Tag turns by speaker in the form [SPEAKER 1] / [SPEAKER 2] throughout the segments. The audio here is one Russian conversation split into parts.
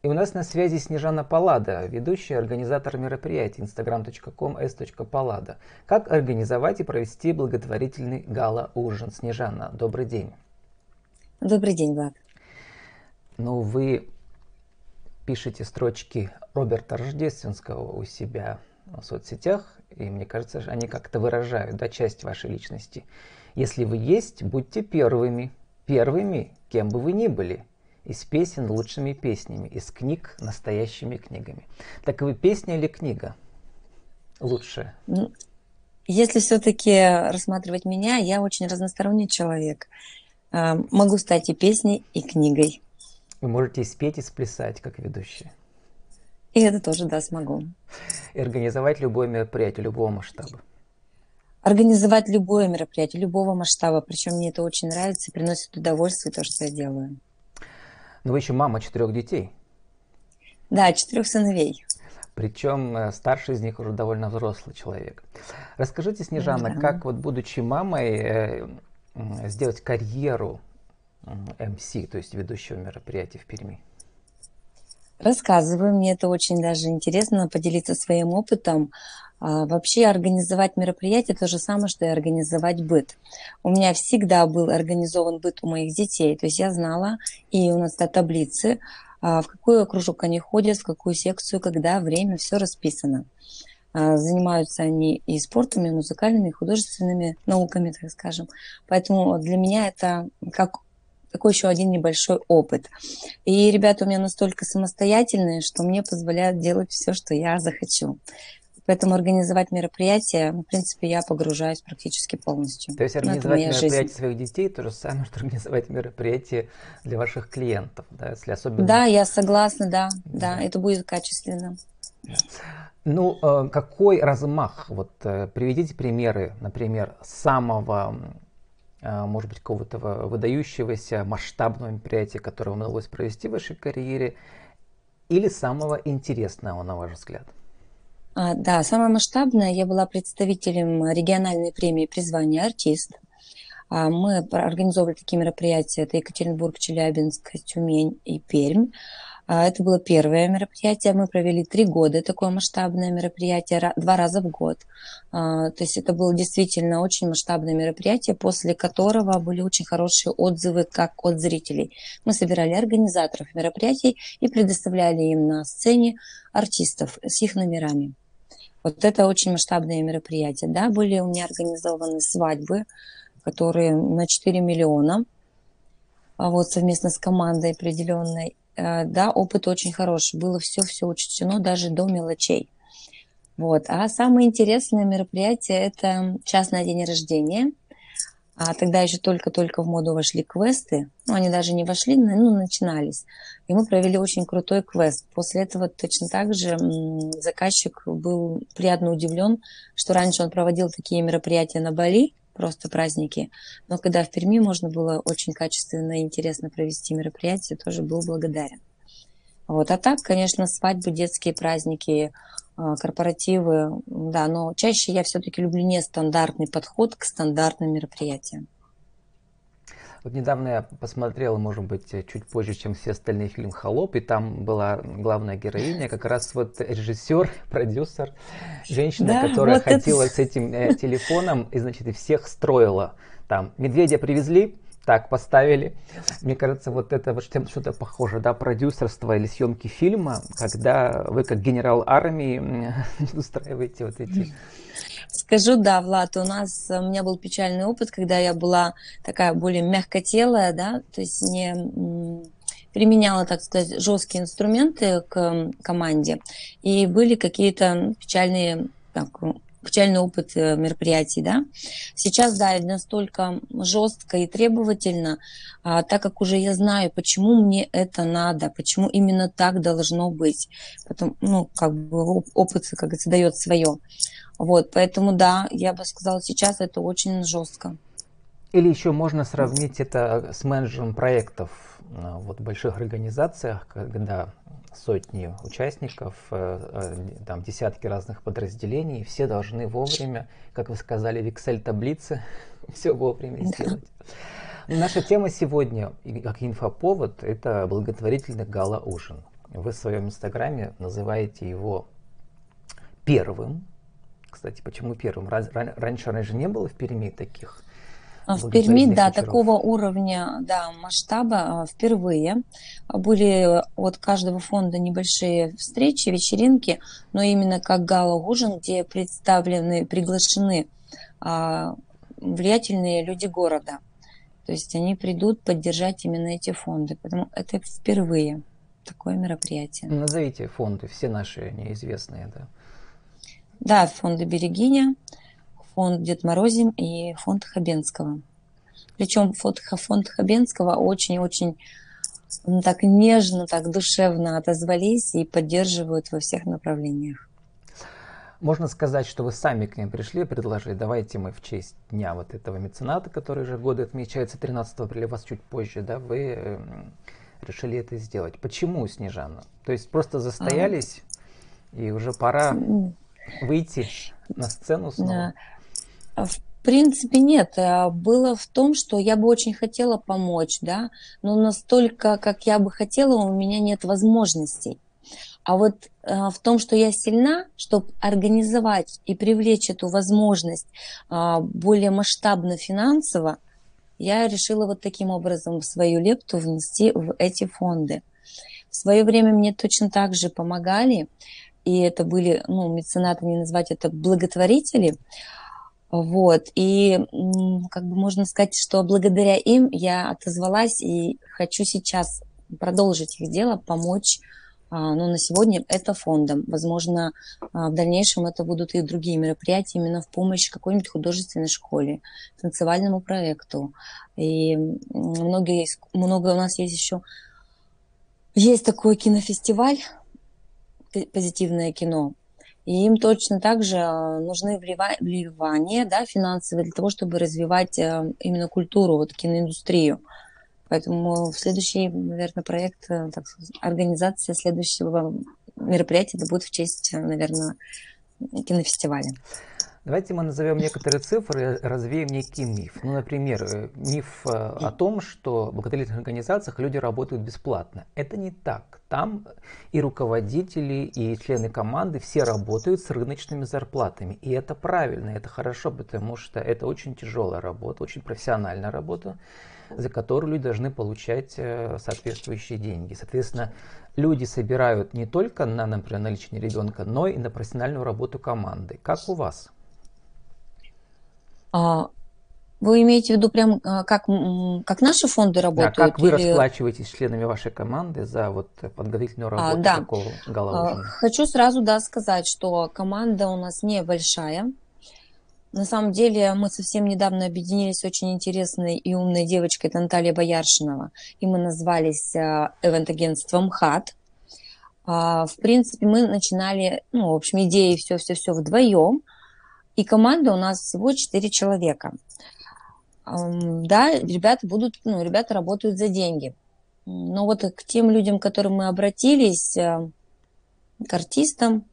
[SPEAKER 1] И у нас на связи Снежана Паллада, ведущая, организатор мероприятий instagram.com s.pallada. Как организовать и провести благотворительный гала-ужин? Снежана, добрый день.
[SPEAKER 2] Добрый день, Влад.
[SPEAKER 1] Ну, вы пишете строчки Роберта Рождественского у себя в соцсетях, и мне кажется, они как-то выражают, да, часть вашей личности. Если вы есть, будьте первыми, кем бы вы ни были. Из песен лучшими песнями, из книг настоящими книгами. Так вы песня или книга лучшая?
[SPEAKER 2] Если все-таки рассматривать меня, я очень разносторонний человек. Могу стать и песней, и книгой.
[SPEAKER 1] Вы можете и спеть, и сплясать, как ведущая.
[SPEAKER 2] И это тоже, да, смогу.
[SPEAKER 1] И организовать любое мероприятие, любого масштаба.
[SPEAKER 2] Организовать любое мероприятие, любого масштаба. Причем мне это очень нравится и приносит удовольствие то, что я делаю.
[SPEAKER 1] Но вы еще мама 4 детей.
[SPEAKER 2] Да, 4 сыновей.
[SPEAKER 1] Причем старший из них уже довольно взрослый человек. Расскажите, Снежана,
[SPEAKER 2] Да.
[SPEAKER 1] как вот будучи мамой сделать карьеру МС, то есть ведущего мероприятия в Перми?
[SPEAKER 2] Рассказываю, мне это очень даже интересно поделиться своим опытом. Вообще организовать мероприятие то же самое, что и организовать быт. У меня всегда был организован быт у моих детей. То есть я знала, и у нас таблицы, в какой кружок они ходят, в какую секцию, когда, время, все расписано. Занимаются они и спортом, и музыкальными, и художественными науками, так скажем. Поэтому для меня это как такой еще один небольшой опыт. И ребята у меня настолько самостоятельные, что мне позволяют делать все, что я захочу. Поэтому организовать мероприятие, в принципе, я погружаюсь практически полностью.
[SPEAKER 1] То есть
[SPEAKER 2] Ну, это
[SPEAKER 1] организовать
[SPEAKER 2] моя жизнь.
[SPEAKER 1] мероприятие своих детей то же самое, что организовать мероприятие для ваших клиентов, да, если особенно...
[SPEAKER 2] Да, я согласна, да,
[SPEAKER 1] Да.
[SPEAKER 2] это будет качественно.
[SPEAKER 1] Да. Ну, какой размах? Вот приведите примеры, например, самого, может быть, какого-то выдающегося масштабного мероприятия, которое вам удалось провести в вашей карьере, или самого интересного, на ваш взгляд?
[SPEAKER 2] Да, самое масштабное, я была представителем региональной премии призвания «Артист». Мы организовывали такие мероприятия, это Екатеринбург, Челябинск, Тюмень и Пермь. Это было первое мероприятие. Мы провели 3 года такое масштабное мероприятие, 2 раза в год. То есть это было действительно очень масштабное мероприятие, после которого были очень хорошие отзывы как от зрителей. Мы собирали организаторов мероприятий и предоставляли им на сцене артистов с их номерами. Вот это очень масштабное мероприятие. Да, были у меня организованы свадьбы, которые на 4 миллиона, вот совместно с командой определенной. Да, опыт очень хороший. Было все учтено, даже до мелочей. Вот. А самое интересное мероприятие – это частное день рождения. Тогда еще только-только в моду вошли квесты. Ну, они даже не вошли, начинались. И мы провели очень крутой квест. После этого точно так же заказчик был приятно удивлен, что раньше он проводил такие мероприятия на Бали, просто праздники. Но когда в Перми можно было очень качественно и интересно провести мероприятие, тоже был благодарен. Вот. А так, конечно, свадьбы, детские праздники, корпоративы, да, но чаще я все-таки люблю нестандартный подход к стандартным мероприятиям.
[SPEAKER 1] Вот недавно я посмотрел, может быть, чуть позже, чем все остальные, фильм «Холоп», и там была главная героиня, как раз вот режиссер, продюсер, женщина,
[SPEAKER 2] Да,
[SPEAKER 1] которая
[SPEAKER 2] вот это...
[SPEAKER 1] ходила с этим телефоном и, значит, и всех строила. Там медведя привезли, так, поставили. Мне кажется, вот это вот что-то похоже, да, продюсерство или съемки фильма, когда вы как генерал армии устраиваете вот эти...
[SPEAKER 2] Скажу, да, Влад, у меня был печальный опыт, когда я была такая более мягкотелая, да, то есть не применяла, так сказать, жесткие инструменты к команде, и были какие-то печальный опыт мероприятий, да. Сейчас, да, настолько жестко и требовательно, так как уже я знаю, почему мне это надо, почему именно так должно быть. Потом, опыт, как говорится, дает свое. Вот, поэтому, да, я бы сказала, сейчас это очень жестко.
[SPEAKER 1] Или еще можно сравнить это с менеджером проектов вот, в больших организациях, когда сотни участников, там десятки разных подразделений, все должны вовремя, как вы сказали, в Excel-таблице все вовремя сделать. Наша тема сегодня, как инфоповод, это благотворительный гала-ужин. Вы в своем инстаграме называете его первым. Кстати, почему первым? Раньше же не было в Перми таких
[SPEAKER 2] В Перми,
[SPEAKER 1] благотворительных
[SPEAKER 2] да,
[SPEAKER 1] вечеров?
[SPEAKER 2] такого уровня, да, масштаба впервые. Были от каждого фонда небольшие встречи, вечеринки, но именно как гала-ужин, где представлены, приглашены влиятельные люди города. То есть они придут поддержать именно эти фонды. Поэтому это впервые такое мероприятие.
[SPEAKER 1] Назовите фонды, все наши неизвестные, да.
[SPEAKER 2] Да, фонды Берегиня, фонд Дед Морозим и фонд Хабенского. Причем фонд Хабенского очень-очень так нежно, так душевно отозвались и поддерживают во всех направлениях.
[SPEAKER 1] Можно сказать, что вы сами к ним пришли и предложили, давайте мы в честь дня вот этого мецената, который же годы отмечается 13 апреля, вас чуть позже, да, вы решили это сделать. Почему, Снежана? То есть просто застоялись и уже пора выйти на сцену снова?
[SPEAKER 2] В принципе, нет. Было в том, что я бы очень хотела помочь, да, но настолько, как я бы хотела, у меня нет возможностей. А вот в том, что я сильна, чтобы организовать и привлечь эту возможность более масштабно финансово, я решила вот таким образом свою лепту внести в эти фонды. В свое время мне точно так же помогали, и это были, меценаты не назвать, это благотворители. Вот, и как бы можно сказать, что благодаря им я отозвалась и хочу сейчас продолжить их дело, помочь. На сегодня это фондом. Возможно, в дальнейшем это будут и другие мероприятия именно в помощь какой-нибудь художественной школе, танцевальному проекту. И много у нас есть еще. Есть такой кинофестиваль «Позитивное кино». И им точно так же нужны вливания, да, финансовые для того, чтобы развивать именно культуру, вот киноиндустрию. Поэтому в следующий, наверное, проект, организация следующего мероприятия, это будет в честь, наверное, кинофестиваля.
[SPEAKER 1] Давайте мы назовем некоторые цифры, развеем некий миф. Например, миф о том, что в благотворительных организациях люди работают бесплатно. Это не так. Там и руководители, и члены команды все работают с рыночными зарплатами. И это правильно, это хорошо, потому что это очень тяжелая работа, очень профессиональная работа, за которую люди должны получать соответствующие деньги. Соответственно, люди собирают не только на, например, на лечение ребенка, но и на профессиональную работу команды. Как у вас?
[SPEAKER 2] Вы имеете в виду прям как наши фонды работают?
[SPEAKER 1] Да, как вы расплачиваетесь с членами вашей команды за вот подготовительную работу такого гала-ужина?
[SPEAKER 2] Хочу сразу сказать, что команда у нас небольшая. На самом деле мы совсем недавно объединились с очень интересной и умной девочкой, это Наталья Бояршинова, и мы назвались ивент-агентством ХАТ. В принципе, мы начинали, в общем, идеи все вдвоем, и команда у нас всего 4 человека. Да, ребята работают за деньги. Но вот к тем людям, к которым мы обратились, к артистам,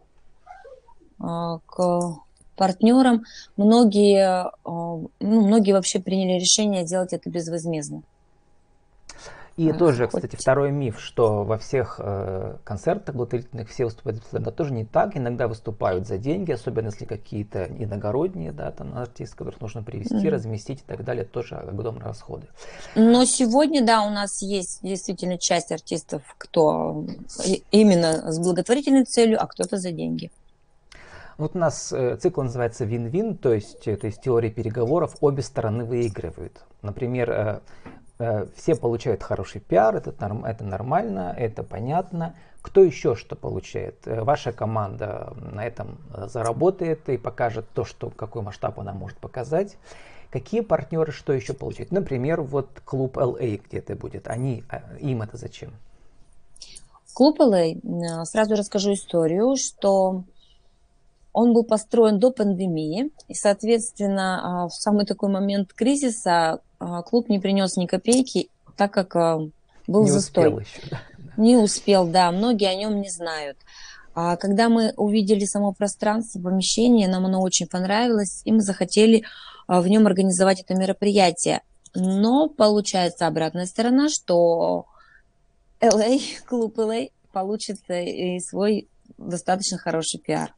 [SPEAKER 2] к партнерам, многие вообще приняли решение делать это безвозмездно.
[SPEAKER 1] И тоже, кстати, второй миф, что во всех концертах благотворительных все выступают бесплатно. Это тоже не так. Иногда выступают за деньги, особенно если какие-то иногородние, да, там артисты, которых нужно привезти, разместить и так далее, тоже огромные расходы.
[SPEAKER 2] Но сегодня, да, у нас есть действительно часть артистов, кто именно с благотворительной целью, а кто-то за деньги.
[SPEAKER 1] Вот у нас цикл называется вин-вин, то есть это из теории переговоров, обе стороны выигрывают. Например, все получают хороший пиар, это нормально, это понятно. Кто еще что получает? Ваша команда на этом заработает и покажет то, какой масштаб она может показать. Какие партнеры что еще получают? Например, вот клуб LA где-то будет. Им это зачем?
[SPEAKER 2] Клуб LA, сразу расскажу историю, что он был построен до пандемии, и, соответственно, в самый такой момент кризиса клуб не принес ни копейки, так как был застой.
[SPEAKER 1] Не успел еще, да?
[SPEAKER 2] Не успел, да, многие о нем не знают. А когда мы увидели само пространство, помещение, нам оно очень понравилось, и мы захотели в нем организовать это мероприятие. Но получается обратная сторона, что LA, клуб LA получит и свой достаточно хороший пиар.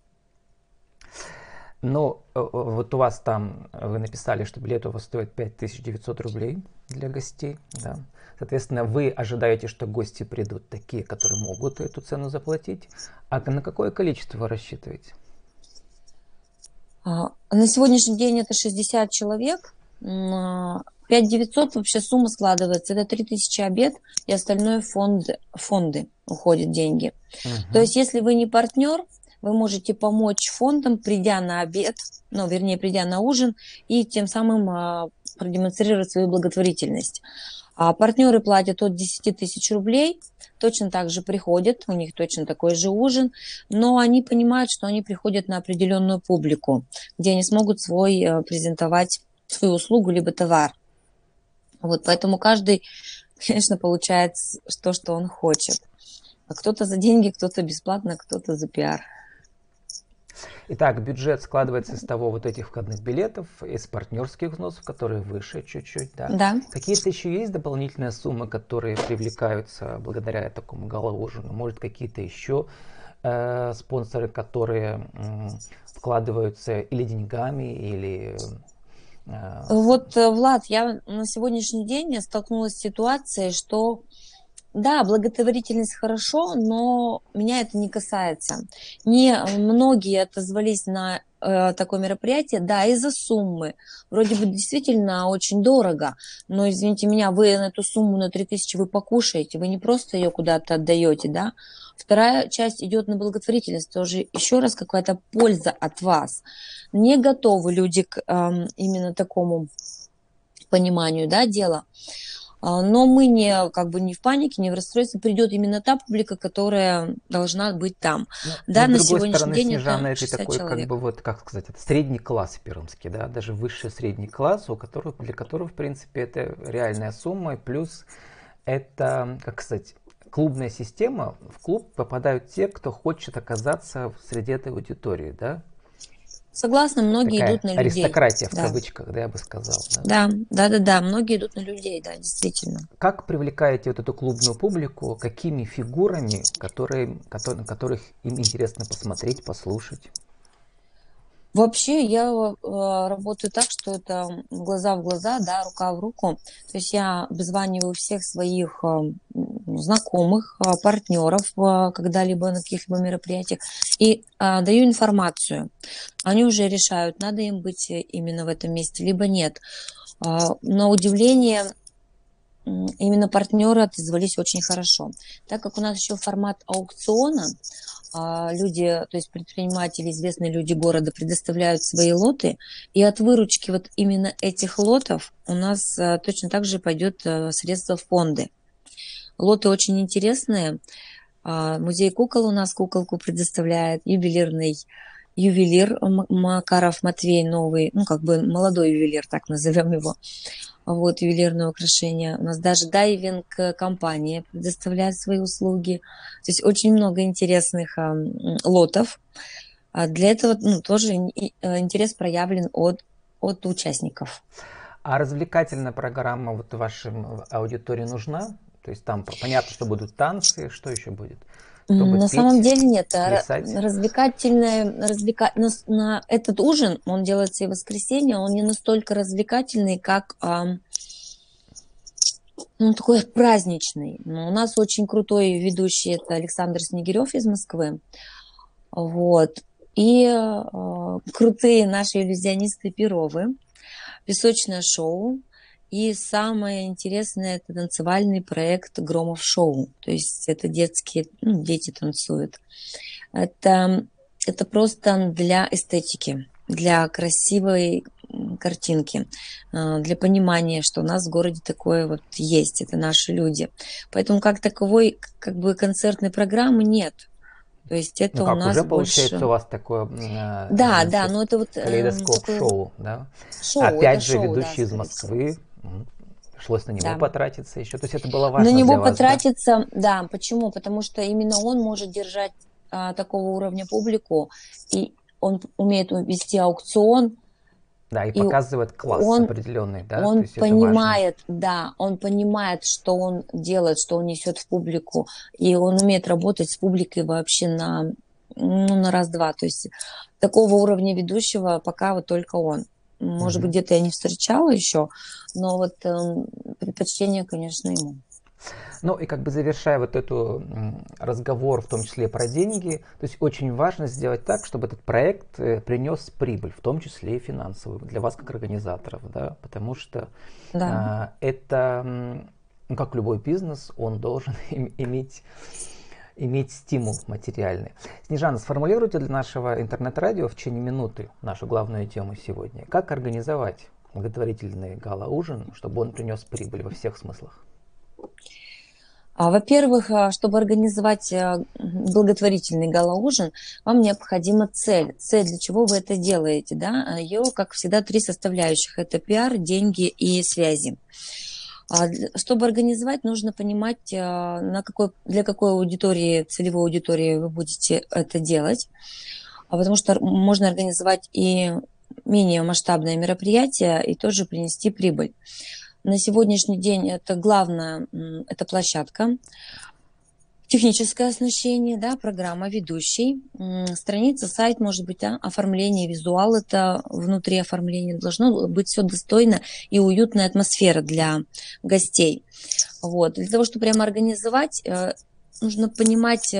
[SPEAKER 1] Ну, вот у вас там, вы написали, что билет у вас стоит 5900 рублей для гостей, да. Соответственно, вы ожидаете, что гости придут такие, которые могут эту цену заплатить. А на какое количество вы рассчитываете?
[SPEAKER 2] На сегодняшний день это 60 человек. 5900 вообще сумма складывается. Это 3000 обед и остальное фонды уходят деньги. То есть, если вы не партнер, вы можете помочь фондам, придя на обед, ну, вернее, придя на ужин, и тем самым продемонстрировать свою благотворительность. А партнеры платят от 10 тысяч рублей, точно так же приходят, у них точно такой же ужин, но они понимают, что они приходят на определенную публику, где они смогут презентовать свою услугу либо товар. Вот, поэтому каждый, конечно, получает то, что он хочет. А кто-то за деньги, кто-то бесплатно, кто-то за пиар.
[SPEAKER 1] Итак, бюджет складывается из того вот этих входных билетов, из партнерских взносов, которые выше чуть-чуть, да?
[SPEAKER 2] Да.
[SPEAKER 1] Какие-то еще есть дополнительные суммы, которые привлекаются благодаря такому гала-ужину? Может, какие-то еще спонсоры, которые вкладываются или деньгами, или...
[SPEAKER 2] Вот, Влад, я на сегодняшний день столкнулась с ситуацией, что да, благотворительность хорошо, но меня это не касается. Не многие отозвались на такое мероприятие, да, из-за суммы. Вроде бы действительно очень дорого, но, извините меня, вы на эту сумму, на 3000 вы покушаете, вы не просто ее куда-то отдаете, да. Вторая часть идет на благотворительность, тоже еще раз какая-то польза от вас. Не готовы люди к именно такому пониманию, да, дела. Но мы не в панике, не в расстройстве. Придет именно та публика, которая должна быть там.
[SPEAKER 1] Но
[SPEAKER 2] Да,
[SPEAKER 1] с
[SPEAKER 2] на
[SPEAKER 1] другой
[SPEAKER 2] сегодняшний
[SPEAKER 1] стороны,
[SPEAKER 2] день
[SPEAKER 1] Снежана,
[SPEAKER 2] это
[SPEAKER 1] это
[SPEAKER 2] 60
[SPEAKER 1] такой, как
[SPEAKER 2] человек.
[SPEAKER 1] бы, вот, как сказать, это средний класс пермский, да, даже высший средний класс, для которого, в принципе, это реальная сумма, и плюс это, как сказать, клубная система. В клуб попадают те, кто хочет оказаться среди этой аудитории, да?
[SPEAKER 2] Согласна, многие
[SPEAKER 1] Такая
[SPEAKER 2] идут на людей.
[SPEAKER 1] аристократия, в
[SPEAKER 2] Да.
[SPEAKER 1] кавычках, да, я бы сказал. Да?
[SPEAKER 2] Да, многие идут на людей, да, действительно.
[SPEAKER 1] Как привлекаете вот эту клубную публику? Какими фигурами, которых им интересно посмотреть, послушать?
[SPEAKER 2] Вообще я работаю так, что это глаза в глаза, да, рука в руку. То есть я обзваниваю всех своих знакомых, партнеров когда-либо на каких-либо мероприятиях и даю информацию. Они уже решают, надо им быть именно в этом месте, либо нет. На удивление, именно партнеры отозвались очень хорошо. Так как у нас еще формат аукциона, люди, то есть предприниматели, известные люди города предоставляют свои лоты, и от выручки вот именно этих лотов у нас точно так же пойдет средства в фонды. Лоты очень интересные. Музей кукол у нас куколку предоставляет, ювелир Макаров Матвей, новый, молодой ювелир, так назовем его. Вот, ювелирные украшения. У нас даже дайвинг-компания предоставляет свои услуги. То есть очень много интересных лотов. Для этого тоже интерес проявлен от участников.
[SPEAKER 1] А развлекательная программа вот вашей аудитории нужна? То есть там понятно, что будут танцы, что еще будет?
[SPEAKER 2] На самом деле нет.
[SPEAKER 1] Плясать?
[SPEAKER 2] На этот ужин, он делается и в воскресенье, он не настолько развлекательный, как такой праздничный. Но у нас очень крутой ведущий, это Александр Снегирев из Москвы. Вот. И крутые наши иллюзионисты Перовы, песочное шоу. И самое интересное, это танцевальный проект Громов Шоу. То есть это дети танцуют. Это просто для эстетики, для красивой картинки, для понимания, что у нас в городе такое вот есть, это наши люди. Поэтому как таковой концертной программы нет. То есть это у нас
[SPEAKER 1] уже
[SPEAKER 2] больше...
[SPEAKER 1] получается у вас такое
[SPEAKER 2] Да, но это вот
[SPEAKER 1] калейдоскоп шоу, да?
[SPEAKER 2] Шоу,
[SPEAKER 1] Опять
[SPEAKER 2] это
[SPEAKER 1] же,
[SPEAKER 2] шоу,
[SPEAKER 1] ведущий
[SPEAKER 2] да,
[SPEAKER 1] из Москвы. Пришлось на него потратиться еще. То есть это было важно
[SPEAKER 2] на него
[SPEAKER 1] для вас,
[SPEAKER 2] потратиться, да? Почему? Потому что именно он может держать такого уровня публику, и он умеет вести аукцион.
[SPEAKER 1] Да, и
[SPEAKER 2] И
[SPEAKER 1] показывает класс
[SPEAKER 2] он,
[SPEAKER 1] определенный, да, то
[SPEAKER 2] он
[SPEAKER 1] есть это важно.
[SPEAKER 2] понимает, да, он понимает, что он делает, что он несет в публику, и он умеет работать с публикой вообще на раз-два. То есть такого уровня ведущего пока вот только он. Может быть,
[SPEAKER 1] Мгм.
[SPEAKER 2] где-то я не встречала еще, но вот предпочтение, конечно, ему.
[SPEAKER 1] Ну и как бы завершая вот эту разговор, в том числе про деньги, то есть очень важно сделать так, чтобы этот проект принес прибыль, в том числе и финансовую, для вас как организаторов, да, потому что
[SPEAKER 2] Да.
[SPEAKER 1] это, ну, как любой бизнес, он должен иметь стимул материальный. Снежана, сформулируйте для нашего интернет-радио в течение минуты нашу главную тему сегодня. Как организовать благотворительный гала-ужин, чтобы он принес прибыль во всех смыслах?
[SPEAKER 2] Во-первых, чтобы организовать благотворительный гала-ужин, вам необходима цель. Цель, для чего вы это делаете, да? Ее, как всегда, три составляющих. Это пиар, деньги и связи. Чтобы организовать, нужно понимать, для какой аудитории, целевой аудитории вы будете это делать. Потому что можно организовать и менее масштабное мероприятие и тоже принести прибыль. На сегодняшний день это главное, это площадка, техническое оснащение, да, программа, ведущий, страница, сайт, может быть, да, оформление, визуал, это внутри оформления должно быть все достойно и уютная атмосфера для гостей. Вот. Для того, чтобы прямо организовать, нужно понимать,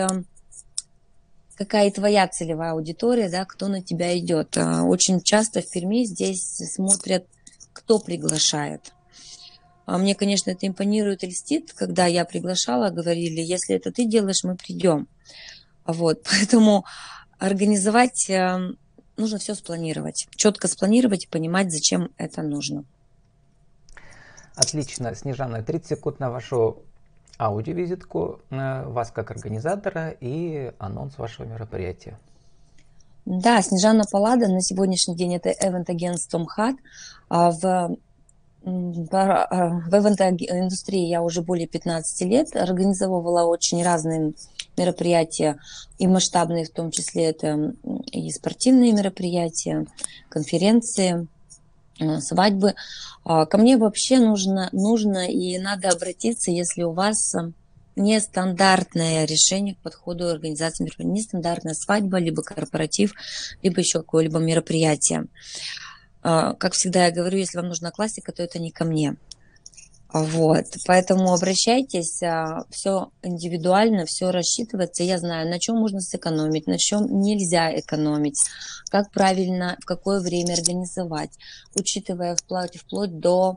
[SPEAKER 2] какая твоя целевая аудитория, да, кто на тебя идет. Очень часто в Перми здесь смотрят, кто приглашает. Мне, конечно, это импонирует и льстит, когда я приглашала, говорили, если это ты делаешь, мы придем. Вот, поэтому организовать нужно все спланировать, четко спланировать и понимать, зачем это нужно.
[SPEAKER 1] Отлично, Снежана, 30 секунд на вашу аудиовизитку, вас как организатора и анонс вашего мероприятия.
[SPEAKER 2] Да, Снежана Паллада на сегодняшний день это эвент-агентство МХАТ. В ивент-индустрии я уже более 15 лет, организовывала очень разные мероприятия, и масштабные в том числе, это и спортивные мероприятия, конференции, свадьбы. Ко мне вообще нужно и надо обратиться, если у вас нестандартное решение к подходу организации мероприятия, нестандартная свадьба, либо корпоратив, либо еще какое-либо мероприятие. Как всегда я говорю, если вам нужна классика, то это не ко мне. Вот, поэтому обращайтесь, все индивидуально, все рассчитывается. Я знаю, на чем можно сэкономить, на чем нельзя экономить, как правильно, в какое время организовать, учитывая вплоть до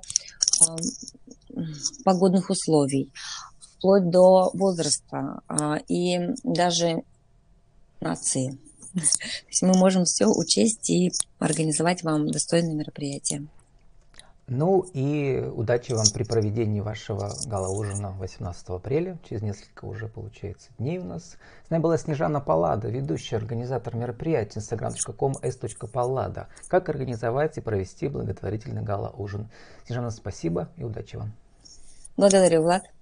[SPEAKER 2] погодных условий, вплоть до возраста и даже нации. То есть мы можем все учесть и организовать вам достойное мероприятие.
[SPEAKER 1] Ну и удачи вам при проведении вашего гала-ужина 18 апреля. Через несколько уже, получается, дней у нас. С нами была Снежана Паллада, ведущий организатор мероприятия instagram.com s.pallada. Как организовать и провести благотворительный гала-ужин. Снежана, спасибо и удачи вам.
[SPEAKER 2] Благодарю, Влад.